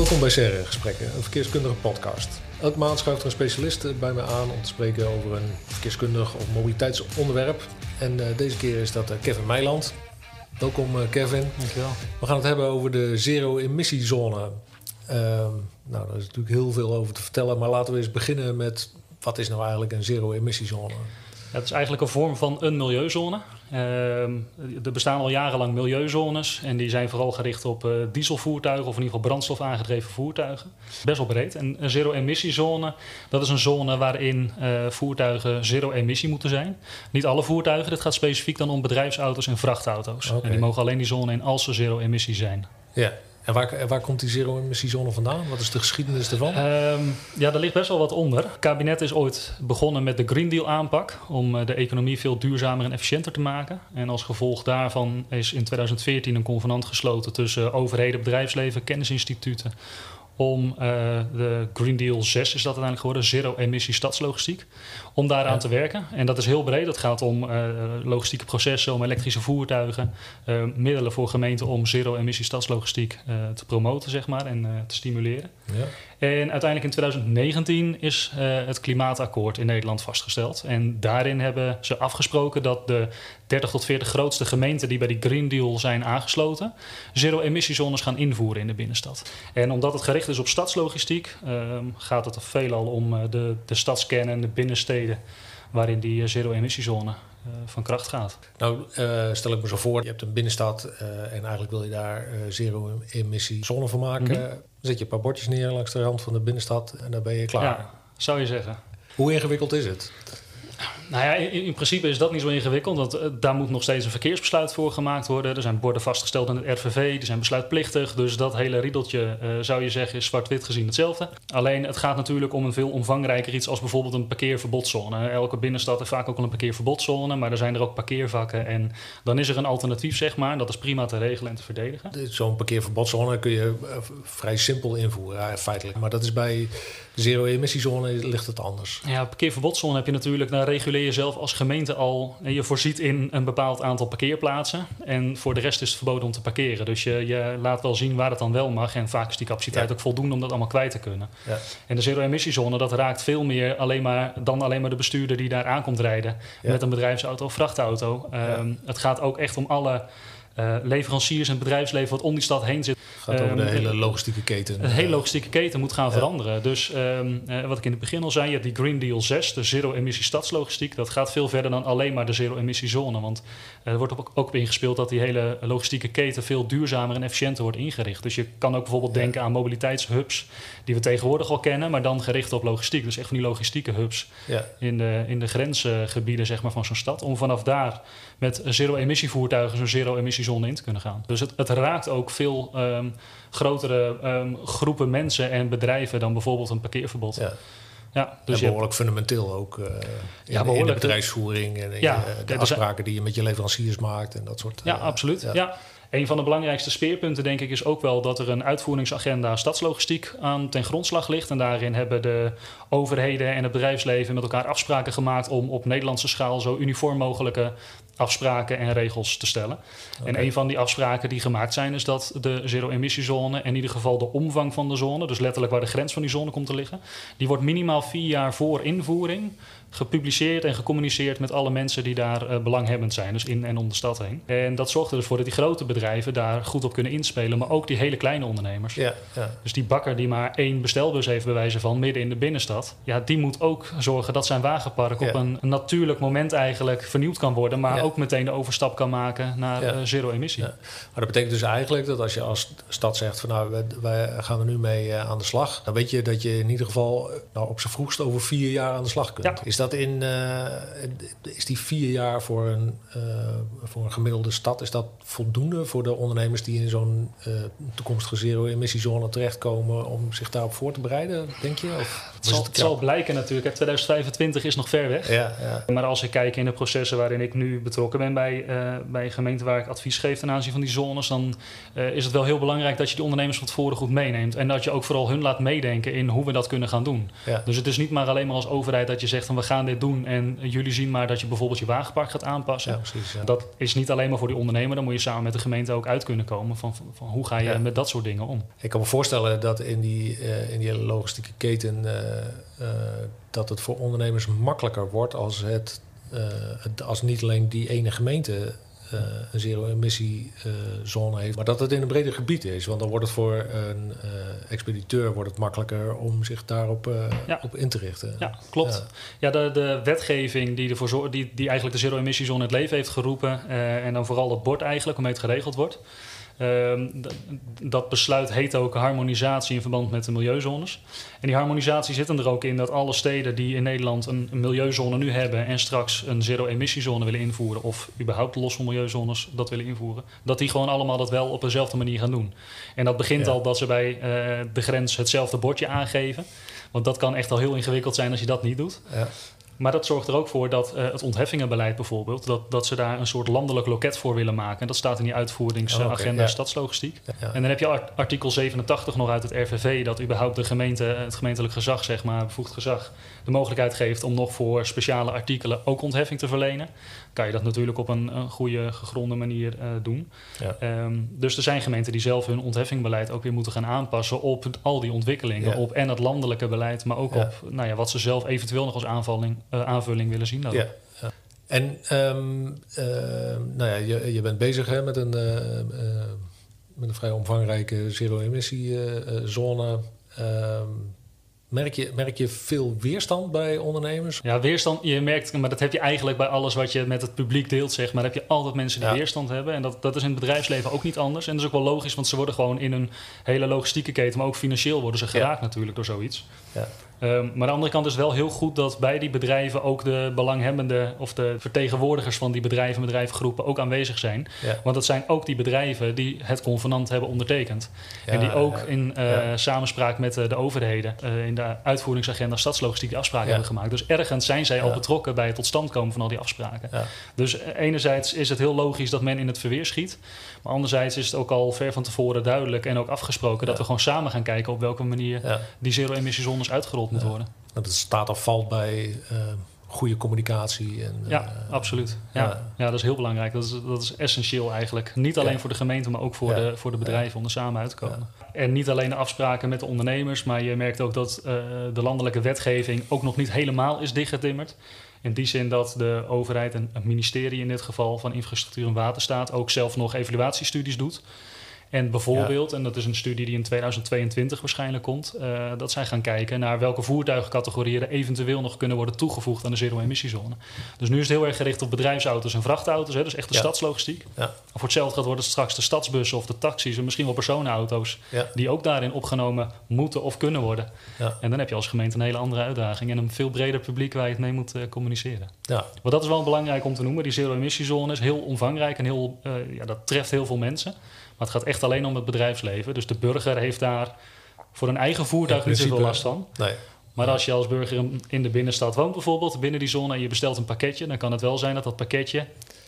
Welkom bij CR Gesprekken, een verkeerskundige podcast. Elke maand schuift er een specialist bij me aan om te spreken over een verkeerskundig of mobiliteitsonderwerp. En deze keer is dat Kevin Meiland. Welkom Kevin. Dankjewel. We gaan het hebben over de zero-emissiezone. Daar is natuurlijk heel veel over te vertellen, maar laten we eens beginnen met wat is nou eigenlijk een zero-emissiezone? Ja, het is eigenlijk een vorm van een milieuzone. Er bestaan al jarenlang milieuzones en die zijn vooral gericht op dieselvoertuigen of in ieder geval brandstof aangedreven voertuigen. Best wel breed. En een zero-emissiezone, dat is een zone waarin voertuigen zero-emissie moeten zijn. Niet alle voertuigen, dit gaat specifiek dan om bedrijfsauto's en vrachtauto's. Okay. En die mogen alleen die zone in als ze zero-emissie zijn. Ja. En waar komt die zero-emissiezone vandaan? Wat is de geschiedenis ervan? Daar ligt best wel wat onder. Het kabinet is ooit begonnen met de Green Deal aanpak om de economie veel duurzamer en efficiënter te maken. En als gevolg daarvan is in 2014 een convenant gesloten tussen overheden, bedrijfsleven, kennisinstituten om de Green Deal 6 is dat uiteindelijk geworden, zero-emissie stadslogistiek, om daaraan te werken. En dat is heel breed. Dat gaat om logistieke processen, om elektrische voertuigen, middelen voor gemeenten om zero-emissie stadslogistiek te promoten, zeg maar, en te stimuleren. Ja. En uiteindelijk in 2019 is het klimaatakkoord in Nederland vastgesteld. En daarin hebben ze afgesproken dat de 30 tot 40 grootste gemeenten die bij die Green Deal zijn aangesloten, zero-emissiezones gaan invoeren in de binnenstad. En omdat het gericht is op stadslogistiek, gaat het veelal om de stadskernen en de binnensteden waarin die zero-emissiezone van kracht gaat. Nou, stel ik me zo voor, je hebt een binnenstad en eigenlijk wil je daar zero-emissiezone van maken. Mm-hmm. Dan zet je een paar bordjes neer langs de rand van de binnenstad en dan ben je klaar. Ja, zou je zeggen. Hoe ingewikkeld is het? Nou ja, in principe is dat niet zo ingewikkeld, want daar moet nog steeds een verkeersbesluit voor gemaakt worden. Er zijn borden vastgesteld in het RVV, die zijn besluitplichtig. Dus dat hele riedeltje, zou je zeggen, is zwart-wit gezien hetzelfde. Alleen het gaat natuurlijk om een veel omvangrijker iets als bijvoorbeeld een parkeerverbodszone. Elke binnenstad heeft vaak ook al een parkeerverbodszone, maar er zijn er ook parkeervakken. En dan is er een alternatief, zeg maar. Dat is prima te regelen en te verdedigen. Zo'n parkeerverbodszone kun je vrij simpel invoeren, feitelijk. Maar dat is bij de zero-emissiezone ligt het anders. Ja, parkeerverbodszone heb je natuurlijk, dan reguleer je zelf als gemeente al. Je voorziet in een bepaald aantal parkeerplaatsen. En voor de rest is het verboden om te parkeren. Dus je laat wel zien waar het dan wel mag. En vaak is die capaciteit ook voldoende om dat allemaal kwijt te kunnen. Ja. En de zero-emissiezone, dat raakt veel meer alleen maar de bestuurder die daar aankomt rijden. Ja. Met een bedrijfsauto of vrachtauto. Het gaat ook echt om alle leveranciers en bedrijfsleven wat om die stad heen zit. Het gaat over de hele logistieke keten. De hele logistieke keten moet gaan veranderen. Dus wat ik in het begin al zei, je hebt die Green Deal 6, de zero-emissie stadslogistiek. Dat gaat veel verder dan alleen maar de zero-emissiezone. Want er wordt ook op ingespeeld dat die hele logistieke keten veel duurzamer en efficiënter wordt ingericht. Dus je kan ook bijvoorbeeld denken aan mobiliteitshubs die we tegenwoordig al kennen, maar dan gericht op logistiek. Dus echt van die logistieke hubs in de grensgebieden, zeg maar, van zo'n stad. Om vanaf daar met zero-emissievoertuigen zo'n zero-emissiezone in te kunnen gaan. Dus het raakt ook veel grotere groepen mensen en bedrijven dan bijvoorbeeld een parkeerverbod. Ja. Ja, dus behoorlijk fundamenteel ook in de bedrijfsvoering en de afspraken die je met je leveranciers maakt en dat soort. Ja, absoluut. Ja. Een van de belangrijkste speerpunten, denk ik, is ook wel dat er een uitvoeringsagenda stadslogistiek aan ten grondslag ligt. En daarin hebben de overheden en het bedrijfsleven met elkaar afspraken gemaakt om op Nederlandse schaal zo uniform mogelijke afspraken en regels te stellen. Okay. En een van die afspraken die gemaakt zijn is dat de zero-emissiezone en in ieder geval de omvang van de zone, dus letterlijk waar de grens van die zone komt te liggen, die wordt minimaal 4 jaar voor invoering gepubliceerd en gecommuniceerd met alle mensen die daar belanghebbend zijn, dus in en om de stad heen. En dat zorgt er dus voor dat die grote bedrijven daar goed op kunnen inspelen, maar ook die hele kleine ondernemers. Ja. Dus die bakker die maar 1 bestelbus heeft bij wijze van midden in de binnenstad, ja, die moet ook zorgen dat zijn wagenpark op een natuurlijk moment eigenlijk vernieuwd kan worden, maar ook meteen de overstap kan maken naar zero-emissie. Ja. Maar dat betekent dus eigenlijk dat als je als stad zegt van nou, wij gaan er nu mee aan de slag, dan weet je dat je in ieder geval op z'n vroegst over 4 jaar aan de slag kunt. Ja. Is die 4 jaar voor een gemiddelde stad, is dat voldoende voor de ondernemers die in zo'n toekomstige zero-emissiezone terechtkomen om zich daarop voor te bereiden, denk je? Of? Het zal blijken natuurlijk. 2025 is nog ver weg. Ja. Maar als ik kijk in de processen waarin ik nu betrokken ben bij gemeenten waar ik advies geef ten aanzien van die zones, dan is het wel heel belangrijk dat je de ondernemers van tevoren goed meeneemt. En dat je ook vooral hun laat meedenken in hoe we dat kunnen gaan doen. Ja. Dus het is niet maar alleen maar als overheid dat je zegt van we gaan dit doen en jullie zien maar dat je bijvoorbeeld je wagenpark gaat aanpassen. Ja, precies, ja. Dat is niet alleen maar voor die ondernemer. Dan moet je samen met de gemeente ook uit kunnen komen van hoe ga je met dat soort dingen om. Ik kan me voorstellen dat in die hele logistieke keten dat het voor ondernemers makkelijker wordt als niet alleen die ene gemeente een zero-emissie-zone heeft, maar dat het in een breder gebied is. Want dan wordt het voor een expediteur makkelijker om zich daarop op in te richten. Ja, klopt. Ja, de wetgeving die ervoor zorgt, die eigenlijk de zero-emissiezone in het leven heeft geroepen, en dan vooral het bord eigenlijk, waarmee het geregeld wordt. Dat besluit heet ook harmonisatie in verband met de milieuzones. En die harmonisatie zit er ook in dat alle steden die in Nederland een milieuzone nu hebben en straks een zero-emissiezone willen invoeren of überhaupt los van milieuzones dat willen invoeren, dat die gewoon allemaal dat wel op dezelfde manier gaan doen. En dat begint al dat ze bij de grens hetzelfde bordje aangeven. Want dat kan echt al heel ingewikkeld zijn als je dat niet doet. Ja. Maar dat zorgt er ook voor dat het ontheffingenbeleid bijvoorbeeld, dat ze daar een soort landelijk loket voor willen maken. En dat staat in die uitvoeringsagenda stadslogistiek. Ja. En dan heb je artikel 87 nog uit het RVV, dat überhaupt de gemeente, het gemeentelijk gezag, zeg maar, bevoegd gezag, de mogelijkheid geeft om nog voor speciale artikelen ook ontheffing te verlenen. Kan je dat natuurlijk op een goede, gegronde manier doen. Ja. Dus er zijn gemeenten die zelf hun ontheffingbeleid ook weer moeten gaan aanpassen op al die ontwikkelingen. Ja. Op en het landelijke beleid, maar ook op wat ze zelf eventueel nog als aanvulling willen zien. Ja. Ja. En je bent bezig met een vrij omvangrijke zero-emissie-zone. Merk je veel weerstand bij ondernemers? Ja, weerstand, je merkt, maar dat heb je eigenlijk bij alles wat je met het publiek deelt, zeg maar. Dan heb je altijd mensen die weerstand hebben. En dat is in het bedrijfsleven ook niet anders. En dat is ook wel logisch, want ze worden gewoon in een hele logistieke keten, maar ook financieel worden ze geraakt natuurlijk door zoiets. Ja. Maar aan de andere kant is het wel heel goed dat bij die bedrijven ook de belanghebbenden of de vertegenwoordigers van die bedrijvengroepen ook aanwezig zijn. Ja. Want dat zijn ook die bedrijven die het convenant hebben ondertekend. Ja, en die ook in samenspraak met de overheden in de uitvoeringsagenda stadslogistiek die afspraken hebben gemaakt. Dus ergens zijn zij al betrokken bij het tot stand komen van al die afspraken. Ja. Dus enerzijds is het heel logisch dat men in het verweer schiet. Maar anderzijds is het ook al ver van tevoren duidelijk en ook afgesproken dat we gewoon samen gaan kijken op welke manier die zero-emissiezones uitgerold moet worden. Dat het staat of valt bij goede communicatie. En, absoluut. Ja, dat is heel belangrijk. Dat is essentieel eigenlijk. Niet alleen voor de gemeente, maar ook voor de bedrijven om er samen uit te komen. Ja. En niet alleen de afspraken met de ondernemers, maar je merkt ook dat de landelijke wetgeving ook nog niet helemaal is dichtgetimmerd. In die zin dat de overheid en het ministerie in dit geval van Infrastructuur en Waterstaat ook zelf nog evaluatiestudies doet. En bijvoorbeeld, en dat is een studie die in 2022 waarschijnlijk komt, dat zij gaan kijken naar welke voertuigcategorieën er eventueel nog kunnen worden toegevoegd aan de zero-emissiezone. Dus nu is het heel erg gericht op bedrijfsauto's en vrachtauto's, dus echt de stadslogistiek. Ja. Voor hetzelfde gaat worden het straks de stadsbussen of de taxis en misschien wel personenauto's die ook daarin opgenomen moeten of kunnen worden. Ja. En dan heb je als gemeente een hele andere uitdaging en een veel breder publiek waar je het mee moet communiceren. Ja. Maar dat is wel belangrijk om te noemen. Die zero-emissiezone is heel omvangrijk en dat treft heel veel mensen. Maar het gaat echt alleen om het bedrijfsleven. Dus de burger heeft daar voor een eigen voertuig niet zoveel last van. Nee. Maar als je als burger in de binnenstad woont bijvoorbeeld, binnen die zone, en je bestelt een pakketje, dan kan het wel zijn dat dat pakketje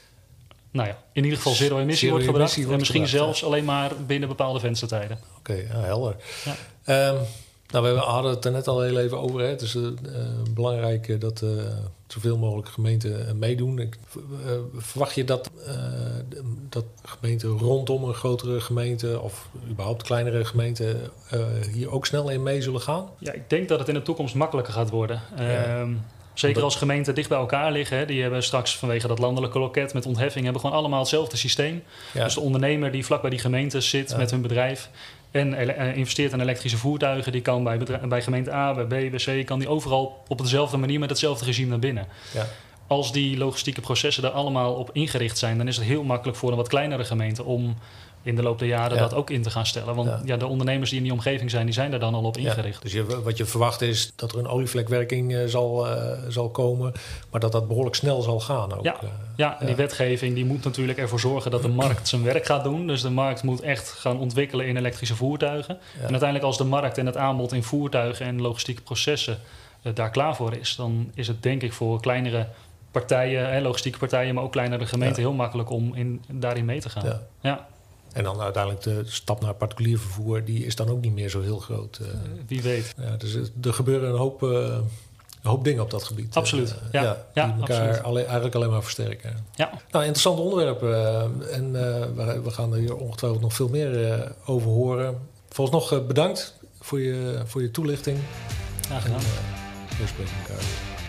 in ieder geval zero-emissie wordt gebracht. En misschien zelfs alleen maar binnen bepaalde venstertijden. Oké, helder. Ja. We hadden het er net al heel even over. Hè. Het is belangrijk dat zoveel mogelijk gemeenten meedoen. Verwacht je dat gemeenten rondom een grotere gemeente of überhaupt kleinere gemeenten hier ook snel in mee zullen gaan? Ja, ik denk dat het in de toekomst makkelijker gaat worden. Zeker als gemeenten dicht bij elkaar liggen. Hè, die hebben straks vanwege dat landelijke loket met ontheffing hebben gewoon allemaal hetzelfde systeem. Ja. Dus de ondernemer die vlak bij die gemeente zit met hun bedrijf en investeert in elektrische voertuigen, die kan bij gemeente A, bij B, bij C, kan die overal op dezelfde manier met hetzelfde regime naar binnen. Ja. Als die logistieke processen daar allemaal op ingericht zijn, dan is het heel makkelijk voor een wat kleinere gemeente om in de loop der jaren dat ook in te gaan stellen. Want de ondernemers die in die omgeving zijn, die zijn daar dan al op ingericht. Dus wat je verwacht is dat er een olievlekwerking zal komen, maar dat behoorlijk snel zal gaan ook. En die wetgeving die moet natuurlijk ervoor zorgen dat de markt zijn werk gaat doen. Dus de markt moet echt gaan ontwikkelen in elektrische voertuigen. Ja. En uiteindelijk als de markt en het aanbod in voertuigen en logistieke processen daar klaar voor is, dan is het denk ik voor kleinere partijen, logistieke partijen, maar ook kleinere gemeenten heel makkelijk om daarin mee te gaan. Ja. En dan uiteindelijk de stap naar particulier vervoer, die is dan ook niet meer zo heel groot. Wie weet. Ja, dus er gebeuren een hoop dingen op dat gebied. Absoluut. Die elkaar eigenlijk alleen maar versterken. Ja. Nou, interessant onderwerp. En we gaan er hier ongetwijfeld nog veel meer over horen. Vooralsnog bedankt voor je toelichting. Graag gedaan. We spreken elkaar.